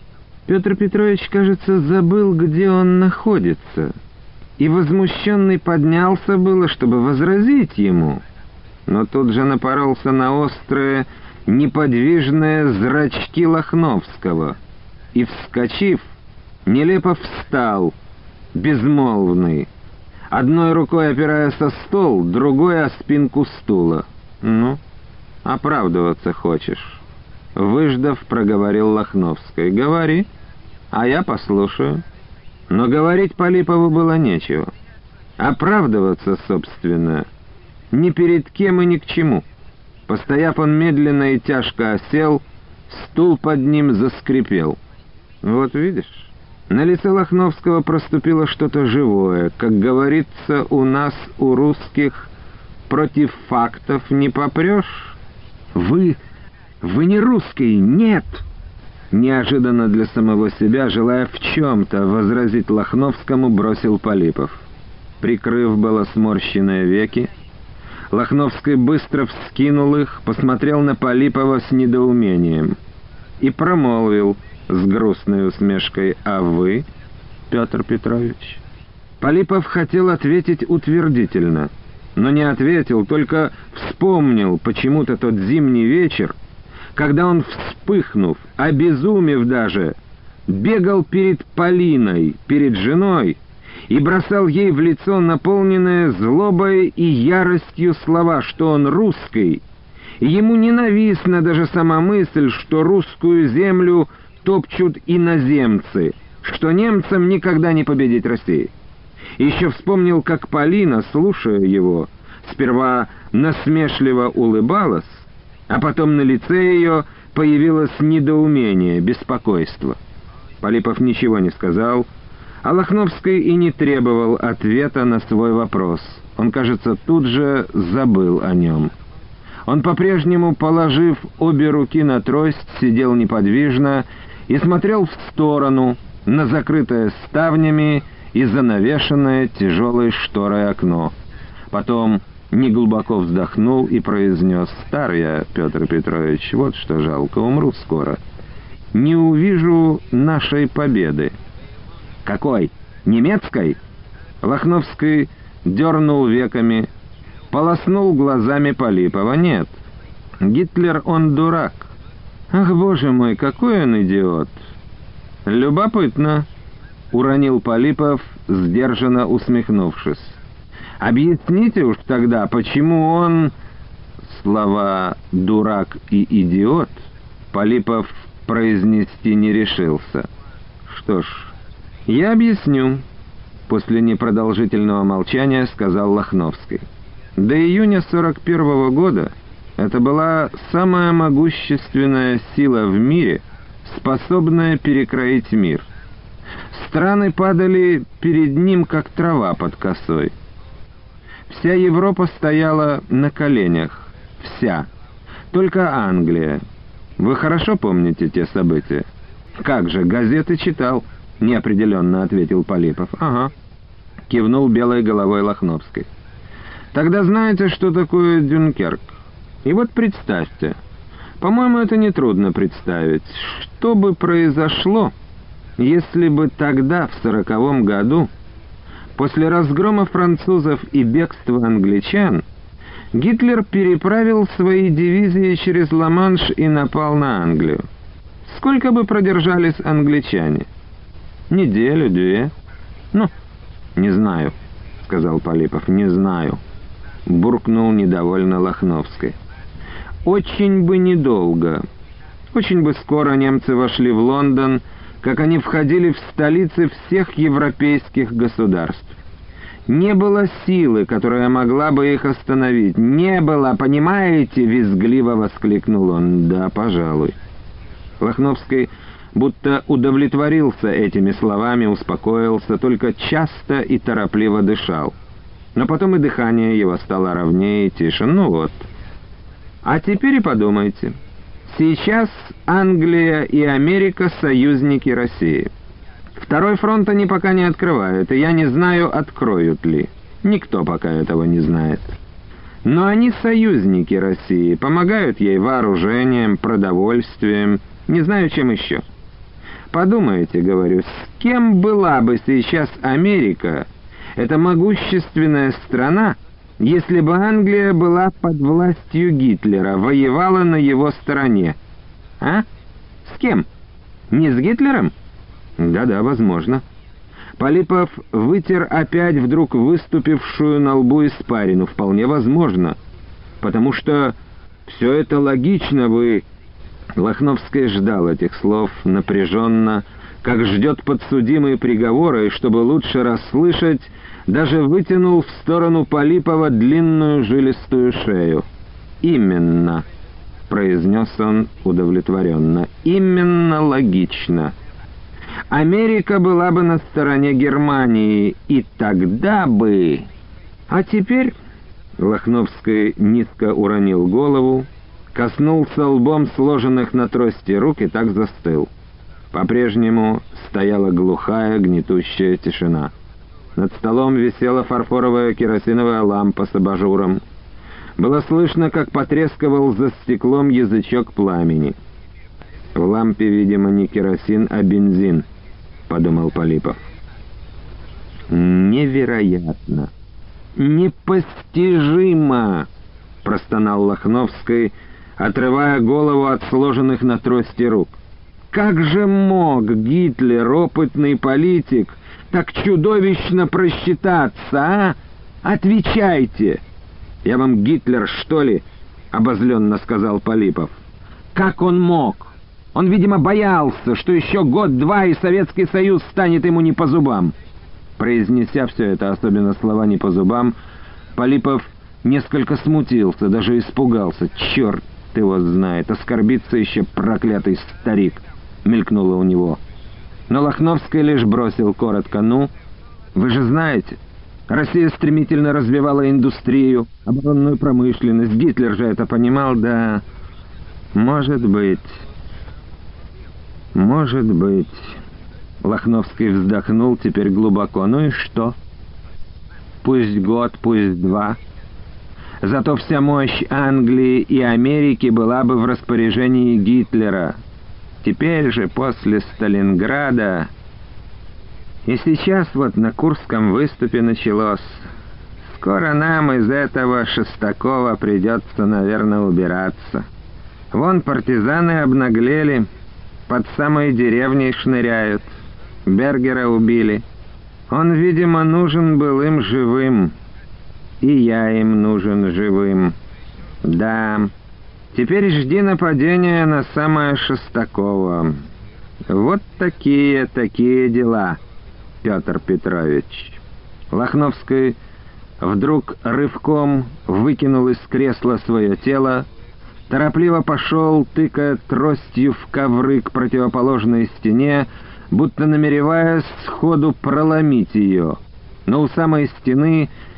Петр Петрович, кажется, забыл, где он находится, и возмущенный поднялся было, чтобы возразить ему, но тут же напоролся на острые, неподвижные зрачки Лохновского и, вскочив, нелепо встал, безмолвный, одной рукой опираясь о стол, другой о спинку стула. «Ну, оправдываться хочешь?» Выждав, проговорил Лохновский. «Говори, а я послушаю». Но говорить Полипову было нечего. Оправдываться, собственно, ни перед кем и ни к чему. Постояв, он медленно и тяжко осел, стул под ним заскрипел. «Вот видишь, на лице Лохновского проступило что-то живое. Как говорится у нас, у русских, против фактов не попрешь. Вы не русский, нет!» Неожиданно для самого себя, желая в чем-то возразить Лохновскому, бросил Полипов. Прикрыв было сморщенные веки, Лохновский быстро вскинул их, посмотрел на Полипова с недоумением и промолвил с грустной усмешкой: «А вы, Петр Петрович?» Полипов хотел ответить утвердительно, но не ответил, только вспомнил почему-то тот зимний вечер, когда он, вспыхнув, обезумев даже, бегал перед Полиной, перед женой, и бросал ей в лицо наполненные злобой и яростью слова, что он русский, и ему ненавистна даже сама мысль, что русскую землю топчут иноземцы, что немцам никогда не победить России. Еще вспомнил, как Полина, слушая его, сперва насмешливо улыбалась, а потом на лице ее появилось недоумение, беспокойство. Полипов ничего не сказал, а Лохновский и не требовал ответа на свой вопрос. Он, кажется, тут же забыл о нем. Он по-прежнему, положив обе руки на трость, сидел неподвижно и смотрел в сторону, на закрытое ставнями и занавешенное тяжелой шторой окно. Потом неглубоко вздохнул и произнес: «Стар я, Петр Петрович, вот что жалко, умру скоро. Не увижу нашей победы». «Какой? Немецкой?» Лохновский дернул веками, полоснул глазами Полипова. «Нет, Гитлер, он дурак». «Ах, боже мой, какой он идиот!» «Любопытно», — уронил Полипов, сдержанно усмехнувшись. «Объясните уж тогда, почему он...» Слова «дурак» и «идиот» Полипов произнести не решился. «Что ж, я объясню», — после непродолжительного молчания сказал Лохновский. «До июня 41-го года это была самая могущественная сила в мире, способная перекроить мир. Страны падали перед ним, как трава под косой. Вся Европа стояла на коленях. Вся. Только Англия. Вы хорошо помните те события?» «Как же, газеты читал», — неопределенно ответил Полипов. «Ага», — кивнул белой головой Лохновский. «Тогда знаете, что такое Дюнкерк? И вот представьте, по-моему, это нетрудно представить, что бы произошло, если бы тогда, в 40-м году, после разгрома французов и бегства англичан, Гитлер переправил свои дивизии через Ла-Манш и напал на Англию. Сколько бы продержались англичане? Неделю, две? Ну, не знаю», — сказал Полипов. «Не знаю», — буркнул недовольно Лохновский. «Очень бы недолго. Очень бы скоро немцы вошли в Лондон, как они входили в столицы всех европейских государств. Не было силы, которая могла бы их остановить. Не было, понимаете, визгливо воскликнул он. Да, пожалуй. Лохновский будто удовлетворился этими словами, успокоился, только часто и торопливо дышал. Но потом и дыхание его стало ровнее и тише. Ну вот. А теперь и подумайте. Сейчас Англия и Америка — союзники России. Второй фронт они пока не открывают, и я не знаю, откроют ли. Никто пока этого не знает. Но они союзники России, помогают ей вооружением, продовольствием, не знаю, чем еще. Подумайте, говорю, с кем была бы сейчас Америка, эта могущественная страна, если бы Англия была под властью Гитлера, воевала на его стороне? А? С кем? Не с Гитлером? Да-да, возможно. Полипов вытер опять вдруг выступившую на лбу испарину. Вполне возможно. Потому что все это логично, вы... Лохновский ждал этих слов напряженно, как ждет подсудимый приговора, и чтобы лучше расслышать, даже вытянул в сторону Полипова длинную жилистую шею. «Именно», — произнес он удовлетворенно, — «именно логично. Америка была бы на стороне Германии, и тогда бы... А теперь...» Лохновский низко уронил голову, коснулся лбом сложенных на трости рук и так застыл. По-прежнему стояла глухая, гнетущая тишина. Над столом висела фарфоровая керосиновая лампа с абажуром. Было слышно, как потрескивал за стеклом язычок пламени. «В лампе, видимо, не керосин, а бензин», — подумал Полипов. «Невероятно! Непостижимо!» — простонал Лохновский, отрывая голову от сложенных на трости рук. «Как же мог Гитлер, опытный политик, так чудовищно просчитаться, а? Отвечайте!» «Я вам Гитлер, что ли?» — обозленно сказал Полипов. «Как он мог? Он, видимо, боялся, что еще год-два и Советский Союз станет ему не по зубам». Произнеся все это, особенно слова «не по зубам», Полипов несколько смутился, даже испугался. «Черт его знает, оскорбится еще проклятый старик», — мелькнуло у него. Но Лохновский лишь бросил коротко: «Ну, вы же знаете, Россия стремительно развивала индустрию, оборонную промышленность. Гитлер же это понимал, да... Может быть... Может быть...» Лохновский вздохнул теперь глубоко. «Ну и что? Пусть год, пусть два. Зато вся мощь Англии и Америки была бы в распоряжении Гитлера. Теперь же, после Сталинграда... И сейчас вот на Курском выступе началось. Скоро нам из этого Шестакова придется, наверное, убираться. Вон партизаны обнаглели, под самой деревней шныряют. Бергера убили. Он, видимо, нужен был им живым. И я им нужен живым. Да, теперь жди нападения на самое Шестакова. Вот такие дела, Петр Петрович». Лохновский вдруг рывком выкинул из кресла свое тело, торопливо пошел, тыкая тростью в ковры к противоположной стене, будто намереваясь сходу проломить ее. Но у самой стены